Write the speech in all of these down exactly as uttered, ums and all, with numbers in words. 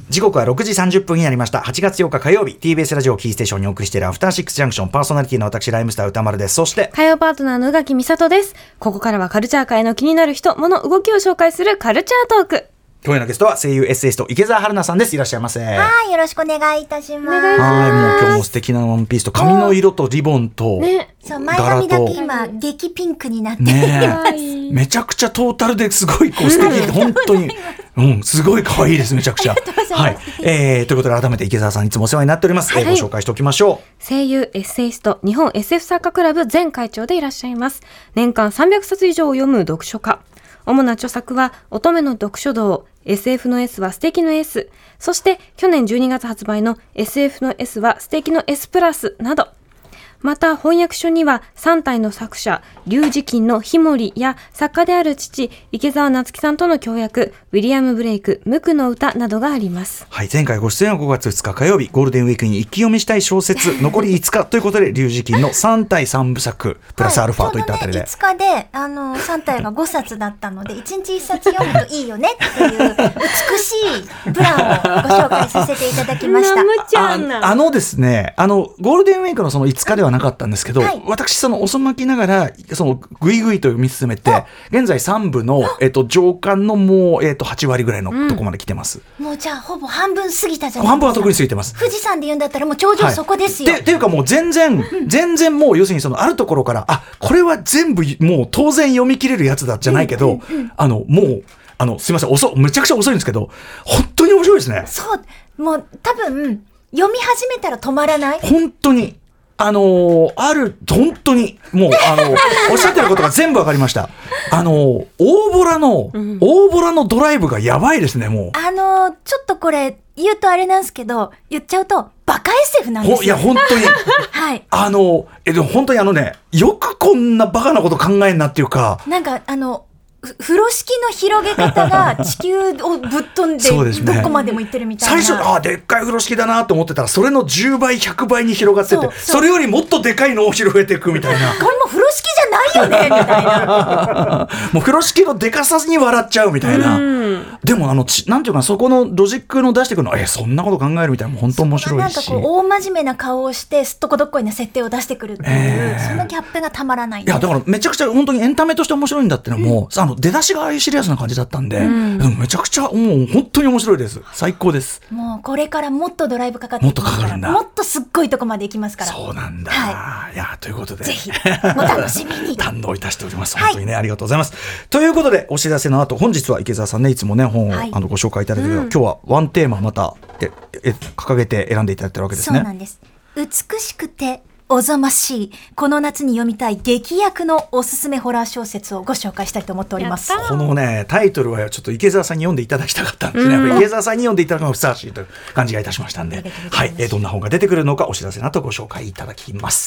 時刻はろくじさんじゅっぷんになりました。はちがつようか火曜日、 ティービーエス ラジオキーステーションにお送りしているアフターシックスジャンクション、パーソナリティの私ライムスター歌丸です。そして火曜パートナーの宇垣美里です。ここからはカルチャー界の気になる人物動きを紹介するカルチャートーク。 今夜のゲストは声優エッセイスト池澤春菜さんです。いらっしゃいませ。 はい、よろしくお願いいたします。 お願いします。 はい、もう今日も素敵なワンピースと髪の色とリボンと、 ね、 そう前髪だけ今激ピンクになってる、 ね、めちゃくちゃトータルですごいこう素敵で本当に、うん、すごい可愛いです。めちゃくちゃはい、えー、ということで改めて池澤さんいつもお世話になっております、はい、えー、ご紹介しておきましょう。声優エッセイスト日本 エスエフ 作家クラブ前会長でいらっしゃいます。年間さんびゃくさつ以上を読む読書家。主な著作は乙女の読書道、 エスエフ の S は素敵の S、 そして去年じゅうにがつ発売の エスエフ の S は素敵の S プラスなど、また翻訳書にはさん体の作者龍磁金のひもりや作家である父池澤夏樹さんとの協約ウィリアム・ブレイク無垢の歌などがあります。 はい、前回ご出演はごがつふつか火曜日、ゴールデンウィークに一気読みしたい小説残りいつかということで龍磁金のさん体さんぶさくプラスアルファといったあたりで、 はい、ちょうどね、いつかであのさん体がごさつだったのでいちにちいっさつ読むといいよねっていう美しいプランをご紹介させていただきました。 ナムちゃんなあ, あのですねあのゴールデンウィークのそのいつかではなかったんですけど、はい、私その遅まきながらそのぐいぐいと読み進めて現在さんぶの、えっと、上巻のもう、えっと、はちわりぐらいのとこまで来てます、 うん、もうじゃあほぼ半分過ぎたじゃないですか。 半分は特に過ぎてます。 富士山で言うんだったらもう頂上そこですよ、 はい、っていうかもう全然、うん、全然もう要するにそのあるところからあこれは全部もう当然読み切れるやつだじゃないけど、うんうんうん、あのもうあのすいません遅めちゃくちゃ遅いんですけど本当に面白いですね。 そうもう多分読み始めたら止まらない。 本当にあのー、ある本当にもうあのおっしゃってることが全部わかりました。あのー、大ボラの、うん、大ボラのドライブがやばいですね。もうあのー、ちょっとこれ言うとあれなんですけど言っちゃうとバカ エスエフ なんですよ。 いや本当にはいあのえでも本当にあのねよくこんなバカなこと考えんなっていうかなんかあの風呂敷の広げ方が地球をぶっ飛んでどこまでも行ってるみたいな。 最初あでっかい風呂敷だなと思ってたらそれのじゅうばいひゃくばいに広がってて そ, それよりもっとでかいのを広げていくみたいなこれも風呂敷じゃないよねみたいなもう風呂敷のでかさに笑っちゃうみたいな。でもあのちなんていうかそこのロジックの出してくるのえそんなこと考えるみたいな本当面白いし、 なんかこう大真面目な顔をしてすっとこどっこいな設定を出してくるっていう、えー、そのギャップがたまらない。 いやだからめちゃくちゃ本当にエンタメとして面白いんだってのも、うん、あの出だしがああいうシリアスな感じだったんで、うん、めちゃくちゃもう本当に面白いです。最高です。 もうこれからもっとドライブかかっていきますから、もっとかかるんだ。もっとすっごいとこまで行きますから。 そうなんだ、はい、いやということでぜひお楽しみに堪能いたしております。本当にね、はい、ありがとうございます。ということでお知らせの後本日は池澤さんねいつもね本を、はい、あのご紹介いただいてるけど、うん、今日はワンテーマまたええ掲げて選んでいただいてるわけですね。 そうなんです。美しくておぞましいこの夏に読みたい劇薬のおすすめホラー小説をご紹介したいと思っております。 このねタイトルはちょっと池澤さんに読んでいただきたかったんですね、うん、池澤さんに読んでいただくのがふさわしいという感じがいたしましたんで、はい、えどんな本が出てくるのかお知らせの後ご紹介いただきます。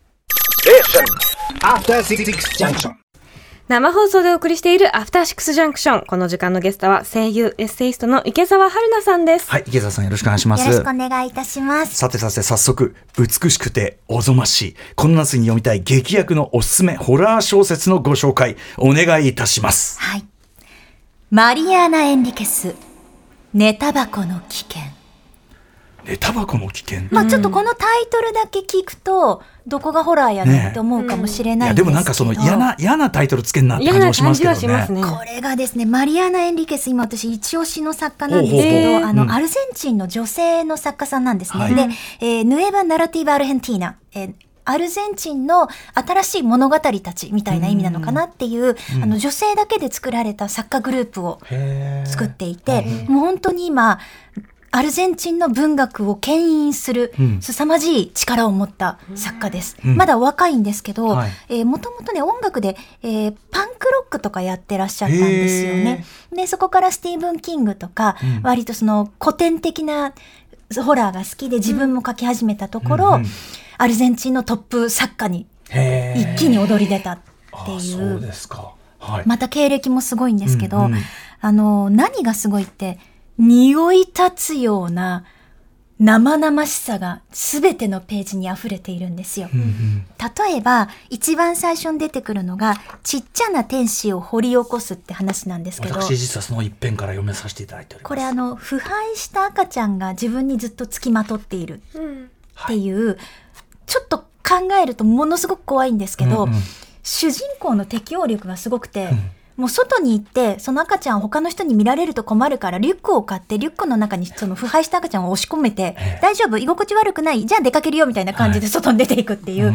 生放送でお送りしているアフターシックスジャンクション。この時間のゲストは声優エッセイストの池澤春菜さんです。 はい、池澤さんよろしくお願いします。 よろしくお願いいたします。 さてさて早速美しくておぞましいこの夏に読みたい劇薬のおすすめホラー小説のご紹介お願いいたします。 はい、マリアーナ・エンリケス寝タバコの危険。 寝タバコの危険、 まあ、ちょっとこのタイトルだけ聞くとどこがホラーやねんって思うかもしれないんですけど、 ね、いやでもなんかその嫌な嫌なタイトルつけんなって感じもしますけど ね, しますね。 これがですねマリアーナ・エンリケス今私一押しの作家なんですけど、あの、うん、アルゼンチンの女性の作家さんなんですね、はい、で、えー、ヌエバ・ナラティーバ・アルヘンティーナ、えーアルゼンチンの新しい物語たちみたいな意味なのかなっていう、うん、あの女性だけで作られた作家グループを作っていて、もう本当に今アルゼンチンの文学を牽引する凄まじい力を持った作家です、うん、まだお若いんですけど、はい、えー、もともとね音楽で、えー、パンクロックとかやってらっしゃったんですよね。でそこからスティーブン・キングとか、うん、割とその古典的なホラーが好きで自分も書き始めたところ、うんうん、アルゼンチンのトップ作家に一気に躍り出たっていう。 そうですか、はい、 また経歴もすごいんですけど、うんうん、あの何がすごいって匂い立つような生々しさが全てのページに溢れているんですよ、うんうん、例えば一番最初に出てくるのがちっちゃな天使を掘り起こすって話なんですけど、 私実はその一編から読めさせていただいております。 これあの腐敗した赤ちゃんが自分にずっとつきまとっているっていう、うんはい、ちょっと考えるとものすごく怖いんですけど、うんうん、主人公の適応力がすごくて、うんもう外に行ってその赤ちゃんを他の人に見られると困るからリュックを買ってリュックの中にその腐敗した赤ちゃんを押し込めて、えー、大丈夫居心地悪くないじゃあ出かけるよみたいな感じで外に出ていくっていう、はい、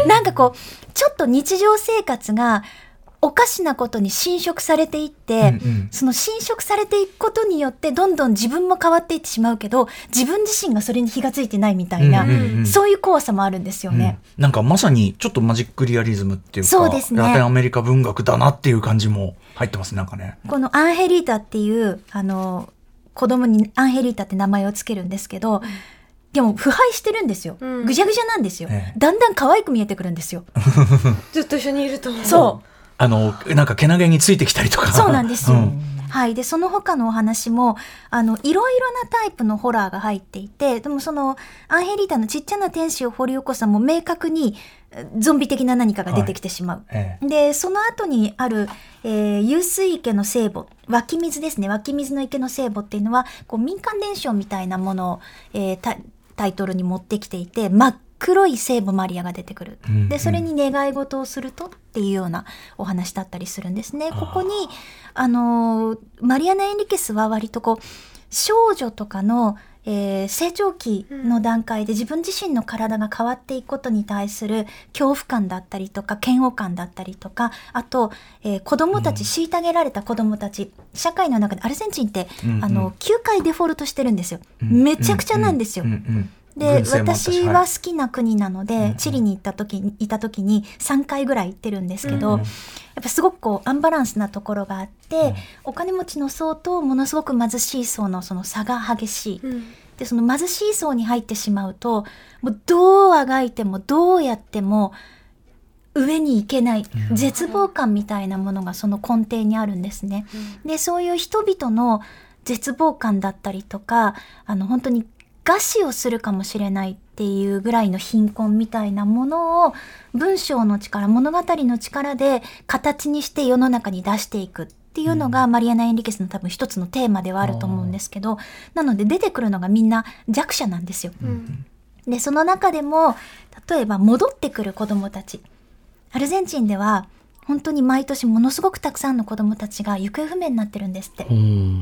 なんかこうちょっと日常生活がおかしなことに侵食されていって、うんうん、その侵食されていくことによってどんどん自分も変わっていってしまうけど自分自身がそれに気がついてないみたいな、うんうんうん、そういう怖さもあるんですよね、 うん、なんかまさにちょっとマジックリアリズムっていうかそうですね、 ラテンアメリカ文学だなっていう感じも入ってますなんかね。 このアンヘリータっていうあの子供にアンヘリータって名前をつけるんですけど、でも腐敗してるんですよ、うん、ぐじゃぐじゃなんですよ、ええ、だんだん可愛く見えてくるんですよずっと一緒にいるとそうあのなんかけなげについてきたりとかそうなんですよ、うんはい、でその他のお話もあのいろいろなタイプのホラーが入っていて、でもそのアンヘリータのちっちゃな天使を掘り起こすはもう明確にゾンビ的な何かが出てきてしまう、はいええ、でその後にある、えー、湧水池の聖母湧き水ですね湧き水の池の聖母っていうのはこう民間伝承みたいなものを、えー、タ, タイトルに持ってきていて真っ黒い聖母マリアが出てくる、うんうん、でそれに願い事をするとっていうようなお話だったりするんですね。ここにあのマリアナ・エンリケスは割とこう少女とかの、えー、成長期の段階で自分自身の体が変わっていくことに対する恐怖感だったりとか嫌悪感だったりとか、あと、えー、子供たち、うん、虐げられた子供たち社会の中でアルゼンチンって、うんうん、あのきゅうかいデフォルトしてるんですよ、うん、めちゃくちゃなんですよ、うんうんうんうんで私は好きな国なので、はい、チリに行った時にいた時にさんかいぐらい行ってるんですけど、うん、やっぱすごくこうアンバランスなところがあって、うん、お金持ちの層とものすごく貧しい層のその差が激しい、うん、でその貧しい層に入ってしまうともうどうあがいてもどうやっても上に行けない、うん、絶望感みたいなものがその根底にあるんですね、うん、でそういう人々の絶望感だったりとかあの本当に餓死をするかもしれないっていうぐらいの貧困みたいなものを文章の力物語の力で形にして世の中に出していくっていうのが、うん、マリアナ・エンリケスの多分一つのテーマではあると思うんですけど、なので出てくるのがみんな弱者なんですよ、うん、でその中でも例えば戻ってくる子どもたちアルゼンチンでは本当に毎年ものすごくたくさんの子どもたちが行方不明になってるんですって、うん、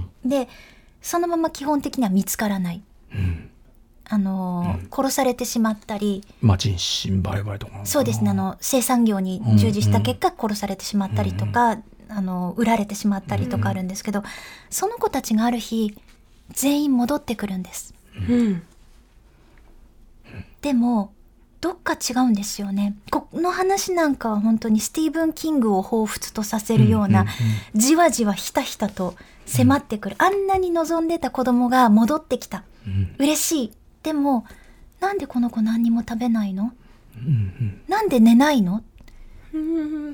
でそのまま基本的には見つからない、うんあのーうん、殺されてしまったり、 まあ、人身売買とかそうですねあの生産業に従事した結果、うんうん、殺されてしまったりとか、うんあの売られてしまったりとかあるんですけど、うん、その子たちがある日全員戻ってくるんです、うん、でもどっか違うんですよね。この話なんかは本当にスティーブン・キングを彷彿とさせるような、うんうんうん、じわじわひたひたと迫ってくる、うん、あんなに望んでた子供が戻ってきた、うん、嬉しい。でもなんでこの子何にも食べないの、うんうん、なんで寝ないの、うん、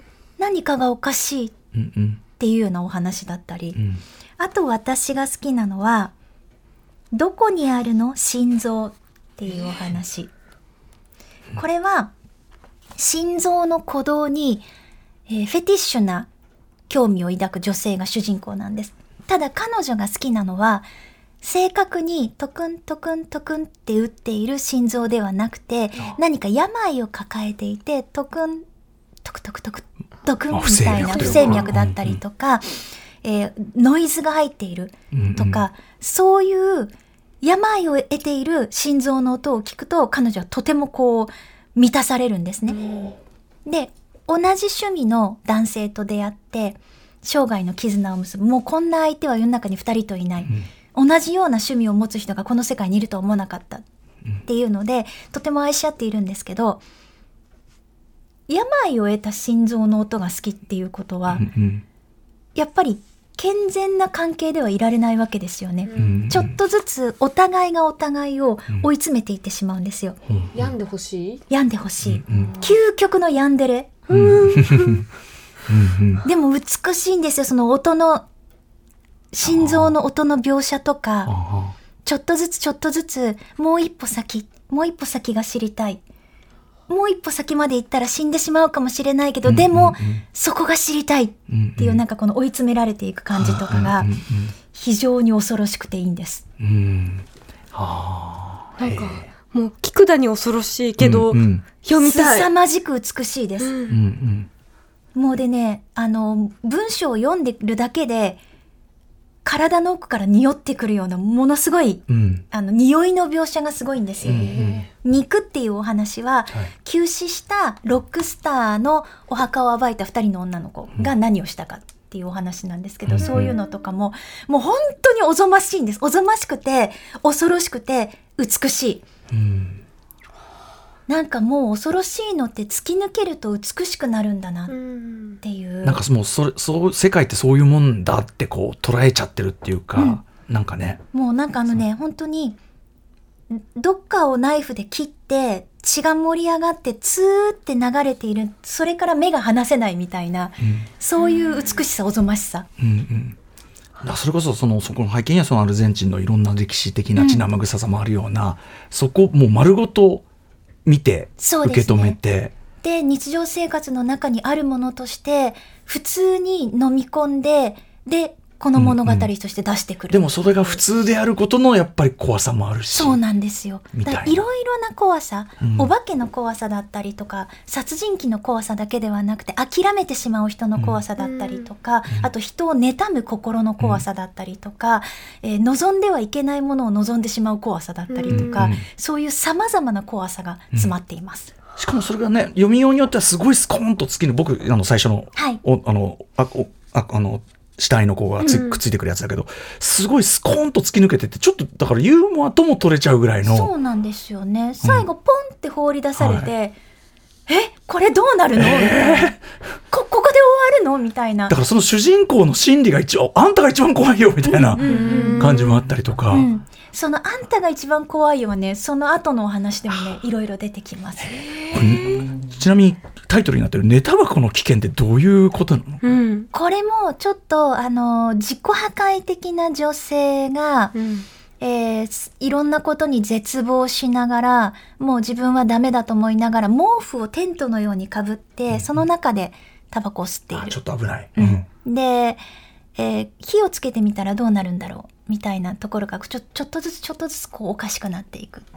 何かがおかしいっていうようなお話だったり、うん、あと私が好きなのはどこにあるの心臓っていうお話。これは心臓の鼓動に、えー、フェティッシュな興味を抱く女性が主人公なんです。ただ彼女が好きなのは正確にトクントクントクンって打っている心臓ではなくて、何か病を抱えていてトクントクトクトクトクンみたいな不整脈だったりとか、うんうんえー、ノイズが入っているとか、うんうん、そういう病を得ている心臓の音を聞くと彼女はとてもこう満たされるんですね、うん、で同じ趣味の男性と出会って生涯の絆を結ぶ。もうこんな相手は世の中にふたりといない、うん、同じような趣味を持つ人がこの世界にいるとは思わなかったっていうので、うん、とても愛し合っているんですけど、病を得た心臓の音が好きっていうことは、うんうん、やっぱり健全な関係ではいられないわけですよね、うん、ちょっとずつお互いがお互いを追い詰めていってしまうんですよ、 うん、病んでほしい病んでほしい、うん、究極の病んでれ、うん、でも美しいんですよ。その音の心臓の音の描写とか、 ちょっとずつちょっとずつもう一歩先、もう一歩先が知りたい。もう一歩先まで行ったら死んでしまうかもしれないけど、うんうんうん、でもそこが知りたいっていう、なんかこの追い詰められていく感じとかが非常に恐ろしくていいんです。 うん、はあ、なんかもう聞くだに恐ろしいけど、うんうん、読みたい。 凄まじく美しいです。うんうんうん、もうでね、あの文章を読んでるだけで体の奥から匂ってくるようなものすごい、うん、あの匂いの描写がすごいんですよ、うんうん、肉っていうお話は、はい、急死したロックスターのお墓を暴いたふたりの女の子が何をしたかっていうお話なんですけど、うん、そういうのとかももう本当におぞましいんです。おぞましくて恐ろしくて美しい、うん、なんかもう恐ろしいのって突き抜けると美しくなるんだなっていう、 なんかもうそれそう世界ってそういうもんだってこう捉えちゃってるっていうか、うん、なんかね、 もうなんかあのね本当にどっかをナイフで切って血が盛り上がってツーって流れている、それから目が離せないみたいな、うん、そういう美しさ、おぞましさ、うんうん、 だそれこそそのそこの背景にはそのアルゼンチンのいろんな歴史的な血生臭さもあるような、うん、そこもう丸ごと見て受け止めて、 で日常生活の中にあるものとして普通に飲み込んで、でこの物語として出してくる、うんうん、 でもそれが普通であることのやっぱり怖さもあるし、 そうなんですよ。だからいろいろな怖さ、うん、お化けの怖さだったりとか殺人鬼の怖さだけではなくて諦めてしまう人の怖さだったりとか、うん、あと人を妬む心の怖さだったりとか、うんえー、望んではいけないものを望んでしまう怖さだったりとか、うん、そういうさまざまな怖さが詰まっています、 うん、しかもそれがね読みようによってはすごいスコーンと突き抜僕あの最初の、はい、おあのあおああの死体の子がつ、うん、くっついてくるやつだけど、すごいスコーンと突き抜けてて、ちょっとだからユーモアとも取れちゃうぐらいの。 そうなんですよね。最後ポンって放り出されて、うんはい、えこれどうなるの、えー、こ, ここで終わるのみたいな。 だからその主人公の心理が一番あんたが一番怖いよみたいな感じもあったりとか、うんうん、 そのあんたが一番怖いよはね、その後のお話でもねいろいろ出てきます。 ちなみにタイトルになってる寝タバコの危険ってどういうことなの？ うん、これもちょっとあの自己破壊的な女性が、うんえー、いろんなことに絶望しながら、もう自分はダメだと思いながら毛布をテントのようにかぶって、うん、その中でタバコを吸っている。あ、 ちょっと危ない、 うん、で、えー、火をつけてみたらどうなるんだろうみたいなところがちょ、ちょっとずつちょっとずつこうおかしくなっていくっていう。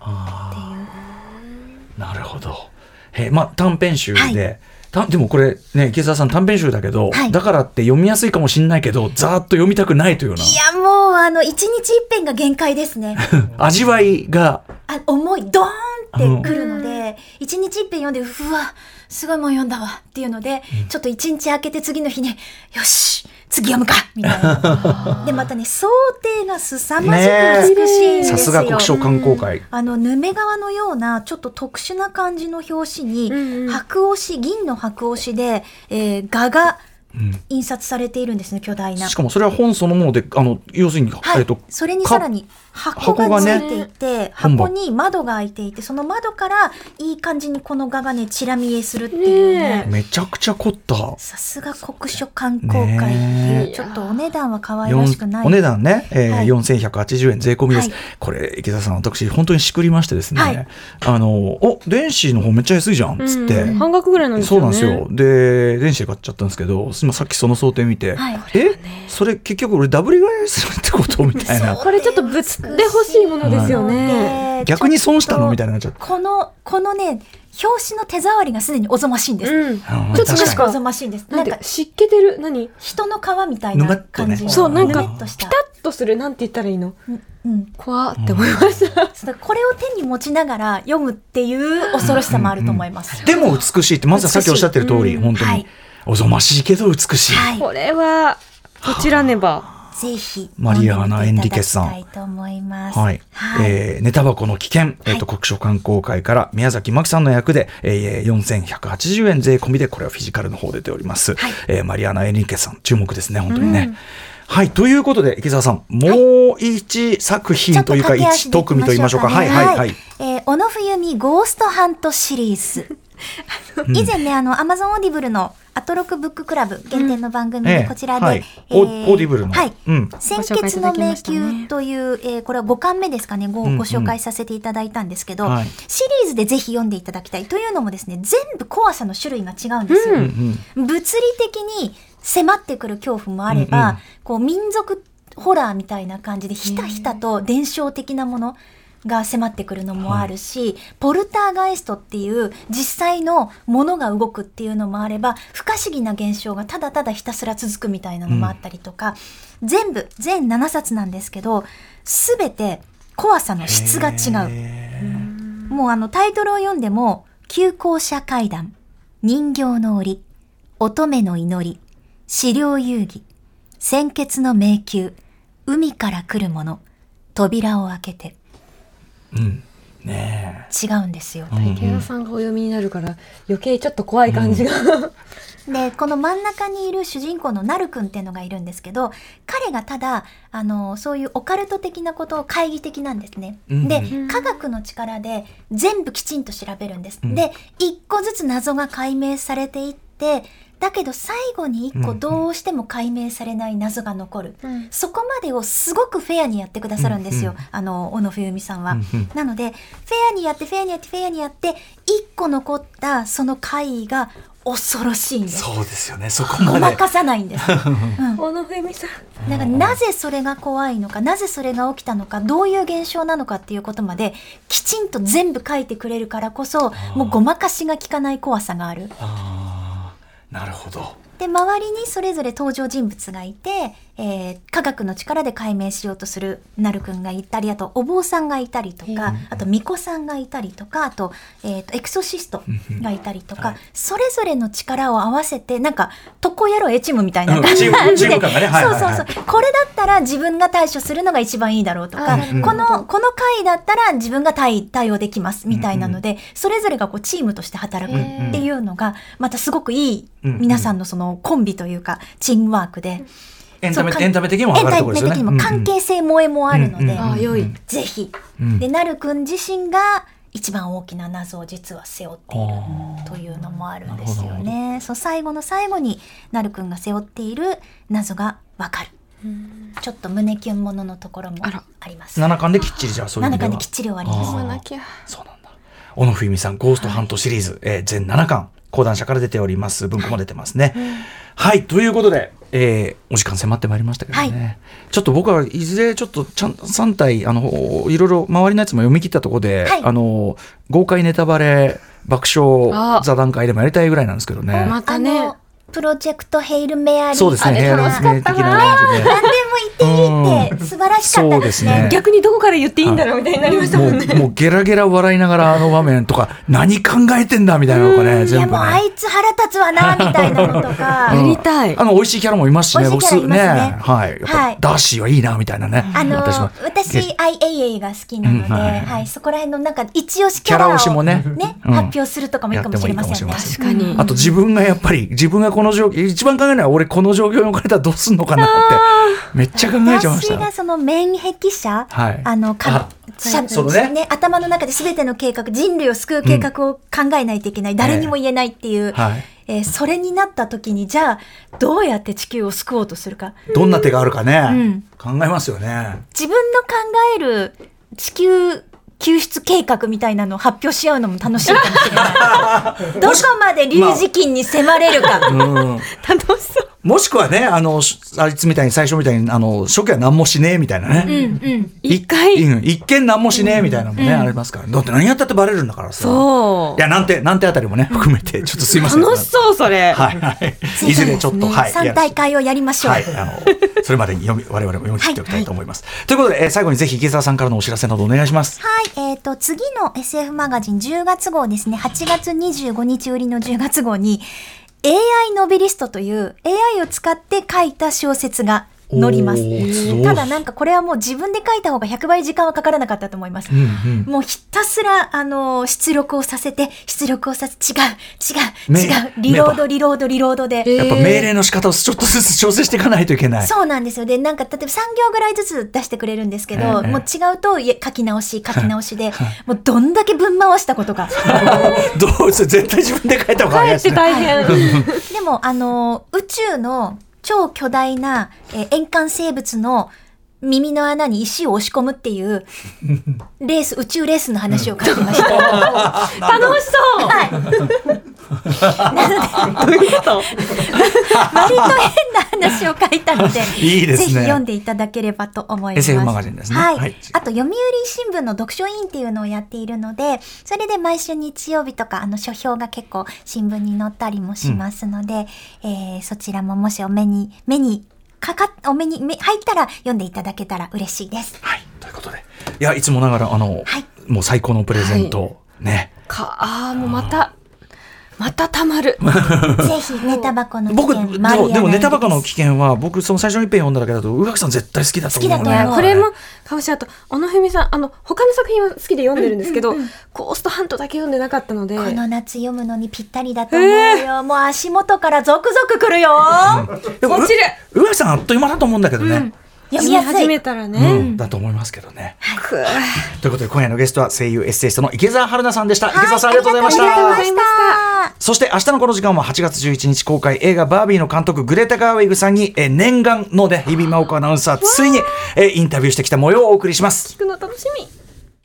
なるほど。えーまあ、短編集で、はいたでもこれね池澤さん短編集だけど、はい、だからって読みやすいかもしれないけどざーっと読みたくないというような。 いやもうあの一日一編が限界ですね味わいがあ重いドーンってくるので一日一編読んでうわすごいもん読んだわっていうので、うん、ちょっと一日空けて次の日ねよし次読むかみたいなでまたね想定が凄まじく美しいんですよ。 さすが国書観光会、うん、 あのヌメ革のようなちょっと特殊な感じの表紙に、うんうん、白押し銀の白押しで、えー、画が印刷されているんですね、巨大な。 しかもそれは本そのものであの要するに、 はいえっと、それにさらに箱がついていて 箱,、ね、箱に窓が開いていてその窓からいい感じにこの画がねチラ見えするっていうね、 めちゃくちゃ凝ったさすが国書観光会っていう、ね、ちょっとお値段は可愛らしくないお値段ね、えーはい、よんせんひゃくはちじゅうえん税込みです、はい、これ池田さん私本当にしくりましてですね、はい、あのお電子の方めっちゃ安いじゃんっつって、うん、 半額ぐらいなんですよね。 そうなんですよ。で電子で買っちゃったんですけど今さっきその想定見て、はい、えそれ結局俺ダブリ買いするってことみたいなこれちょっとぶつで欲しいものですよね、 はい、逆に損したのみたいになっちゃった。 このこのね表紙の手触りがすでにおぞましいんです、うん、ちょっと確かおぞましいんです。 なんか湿気てる何人の皮みたいな感じの、 ね、そうなんかピタッとするなんて言ったらいいの、うんうん、怖って思いました、 うん、これを手に持ちながら読むっていう恐ろしさもあると思います、 うんうんうん、でも美しいってまずはさっきおっしゃってる通り、うん、本当に、はい、おぞましいけど美しい、はい、 これはこちらねばぜひマリアーナ・エンリケスさん、 はいはいえー、寝タバコの危険、えーと、国書観光会から宮崎真希さんの役で、えー、よんせんひゃくはちじゅうえん税込みでこれはフィジカルの方出ております、はいえー、マリアーナ・エンリケスさん注目ですね本当にね、うんはい、ということで池澤さんもう一作品というか一組と言いましょうか、はいはいはい、 えー、小野冬美ゴーストハントシリーズ以前ねあの Amazon オーディブルのアトロクブッククラブ限定の番組で、 うん、 こちらで、 ええはいえー、 オーディブルの、 はいうん、 鮮血の迷宮という、えー、これはごかんめですかね ご,、うんうん、ご紹介させていただいたんですけど、はい、シリーズでぜひ読んでいただきたいというのもですね、全部怖さの種類が違うんですよ、うんうん、物理的に迫ってくる恐怖もあれば、うんうん、こう民族ホラーみたいな感じでひたひたと伝承的なものが迫ってくるのもあるし、はい、ポルターガイストっていう実際のものが動くっていうのもあれば、不可思議な現象がただただひたすら続くみたいなのもあったりとか、うん、全部全ななさつなんですけど、すべて怖さの質が違う。もうあのタイトルを読んでも、旧校舎怪談、人形の檻、乙女の祈り、資料遊戯、鮮血の迷宮、海から来るもの、扉を開けて、 うんね、 違うんですよ。 池田さんがお読みになるから余計ちょっと怖い感じが、 うん、でこの真ん中にいる主人公のナル君っていうのがいるんですけど、彼がただあのそういうオカルト的なことを懐疑的なんですね、うん、で科学の力で全部きちんと調べるんです、うん、で一個ずつ謎が解明されていって、だけど最後に一個どうしても解明されない謎が残る、うん、そこまでをすごくフェアにやってくださるんですよ、うん、あの小野冬美さんは、うん、なのでフェアにやってフェアにやってフェアにやって一個残ったその回が恐ろしいんです。 そうですよね、そこまでごまかさないんです、うん、 小野冬美さんだからなぜそれが怖いのか、なぜそれが起きたのか、どういう現象なのかっていうことまできちんと全部書いてくれるからこそ、もうごまかしが効かない怖さがある。 あなるほど。 で周りにそれぞれ登場人物がいて、えー、科学の力で解明しようとするナルくんがいたり、あとお坊さんがいたりとか、うん、あと巫女さんがいたりとか、あと、えー、とエクソシストがいたりとか、はい、それぞれの力を合わせてなんか特攻野郎エチムみたいな感じで、うん、そうそうそう、これだったら自分が対処するのが一番いいだろうとか、うん、このこの回だったら自分が 対, 対応できますみたいなので、うん、それぞれがこうチームとして働くっていうのがまたすごくいい、皆さんのそのコンビというかチームワークで、 エンタメ、エンタメ的にも上がるところですよね。エンタメ的にも関係性萌えもあるので、 うんうん、 ぜひ、うん、でナルくん自身が一番大きな謎を実は背負っているというのもあるんですよね。そう最後の最後にナルくんが背負っている謎がわかる。ちょっと胸キュンもののところもあります。 ななかんできっちりじゃあそういうななかんできっちり終わります。 そうなんだ。小野冬美さんゴーストハントシリーズ、はい、えー、全ななかん講談社から出ております。文庫も出てますね。はい、はい、ということで、えー、お時間迫ってまいりましたけどね、はい、ちょっと僕はいずれちょっとちゃんさん体あのいろいろ周りのやつも読み切ったところで、はい、あの豪快ネタバレ爆笑座談会でもやりたいぐらいなんですけどね。 またね、 プロジェクトヘイルメアリー、 そうですね、ヘイルメアリー的な感じで何でも言っていいって素晴らしかったですね。 逆にどこから言っていいんだろうみたいになりましたもんね。 もう、もうゲラゲラ笑いながらあの場面とか何考えてんだみたいなのがね、全部ね。いやもうあいつ腹立つわなみたいなのとかやりたい。 あの美味しいキャラもいますしね。 僕ね、 ね、はい、やっぱ、はい、ダーシーはいいなみたいなね。 あの私, 私 アイエーエー が好きなので、うん、はいはい、そこら辺のなんか一押しキャラをキャラ推しもね、ね、うん、発表するとかもいいかもしれませんね。 確かに。 あと自分がやっぱり自分がこの状況一番考えるのは俺この状況に置かれたらどうすんのかなってめっちゃ考えちゃいました。 私がその面壁者、 はい、 あのかあそのねね、頭の中で全ての計画、人類を救う計画を考えないといけない、うん、誰にも言えないっていう、はい、えー、それになった時にじゃあどうやって地球を救おうとするか、 どんな手があるかね、 うん、 考えますよね。 自分の考える地球救出計画みたいなのを発表し合うのも楽しいかもしれないどこまで龍磁金に迫れるか、まあ、うん、楽しそう。 もしくはね、あのあいつみたいに最初みたいにあの初期は何もしねえみたいなね、 うんうん、 一回、 うん、一見何もしねえみたいなのもね、うん、ありますから、だって何やったってバレるんだからさ。 そう、 いやなんてなんてあたりもね含めてちょっとすいません。 楽しそうそれ。 はいはい。いずれちょっと、はい、 さん大会をやりましょう。 はい、あのそれまでに読み我々も読み切っておきたいと思います。はいはい、ということで、えー、最後にぜひ池澤さんからのお知らせなどお願いします。 はい、えっ、ー、と次の エスエフ マガジンじゅうがつ号ですね、はちがつにじゅうごにち売りのじゅうがつ号に エーアイ ノベリストという エーアイ を使って書いた小説が乗ります。ただなんかこれはもう自分で書いた方がひゃくばい時間はかからなかったと思います。うんうん、もうひたすらあの出力をさせて出力をさせ違う違う違うリロードリロードリロードでやっぱ命令の仕方をちょっとずつ調整していかないといけない。 そうなんですよ。でなんか例えばさん行ぐらいずつ出してくれるんですけど、えー、もう違うと書き直し書き直しでもうどんだけ分回したことかどうせ絶対自分で書いた方が早いですね。 大変でもあの宇宙の超巨大な、えー、円環生物の耳の穴に石を押し込むっていうレース宇宙レースの話を書きました。 楽しそう。はい。 なのでどういうこと？割と変な話を書いたので、 いいですね、 ぜひ読んでいただければと思います。 エスエフ マガジンですね。 はい。はい、あと読売新聞の読書委員っていうのをやっているので、それで毎週日曜日とかあの書評が結構新聞に載ったりもしますので、うん、えー、そちらももしお目に目にかかお目に目入ったら読んでいただけたら嬉しいです。 はい。ということで、いやいつもながらあの、はい、もう最高のプレゼント、はい、ね。 かあもうまた。またたまるぜひネタ箱の危険僕でもネタ箱の危険は僕その最初の一編読んだだけだと宇垣さん絶対好きだと思う。 好きだと思う。 これもかもしあと小野文さんあの他の作品は好きで読んでるんですけど、うんうんうん、コーストハントだけ読んでなかったのでこの夏読むのにぴったりだと思うよ、えー、もう足元からゾクゾクくるよ、 うん、落ちる宇垣さんあっという間だと思うんだけどね、うん、 読み始めたらね、 うん、だと思いますけどね、はい、ということで今夜のゲストは声優エッセイストの池澤春菜さんでした、はい、池澤さんありがとうございました。ありがとうございました。そして明日のこの時間ははちがつじゅういちにち公開映画バービーの監督グレタ・ガーウィグさんにえ念願ので日比真央子アナウンサーついにえインタビューしてきた模様をお送りします。 聞くの楽しみ。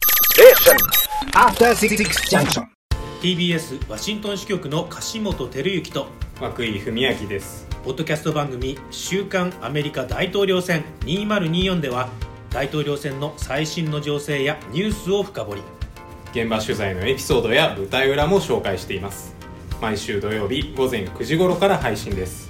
ティービーエス ワシントン支局の樫本照之と涌井文明です。 ポッドキャスト番組週刊アメリカ大統領選にせんにじゅうよんでは大統領選の最新の情勢やニュースを深掘り、 現場取材のエピソードや舞台裏も紹介しています。毎週土曜日午前くじ頃から配信です。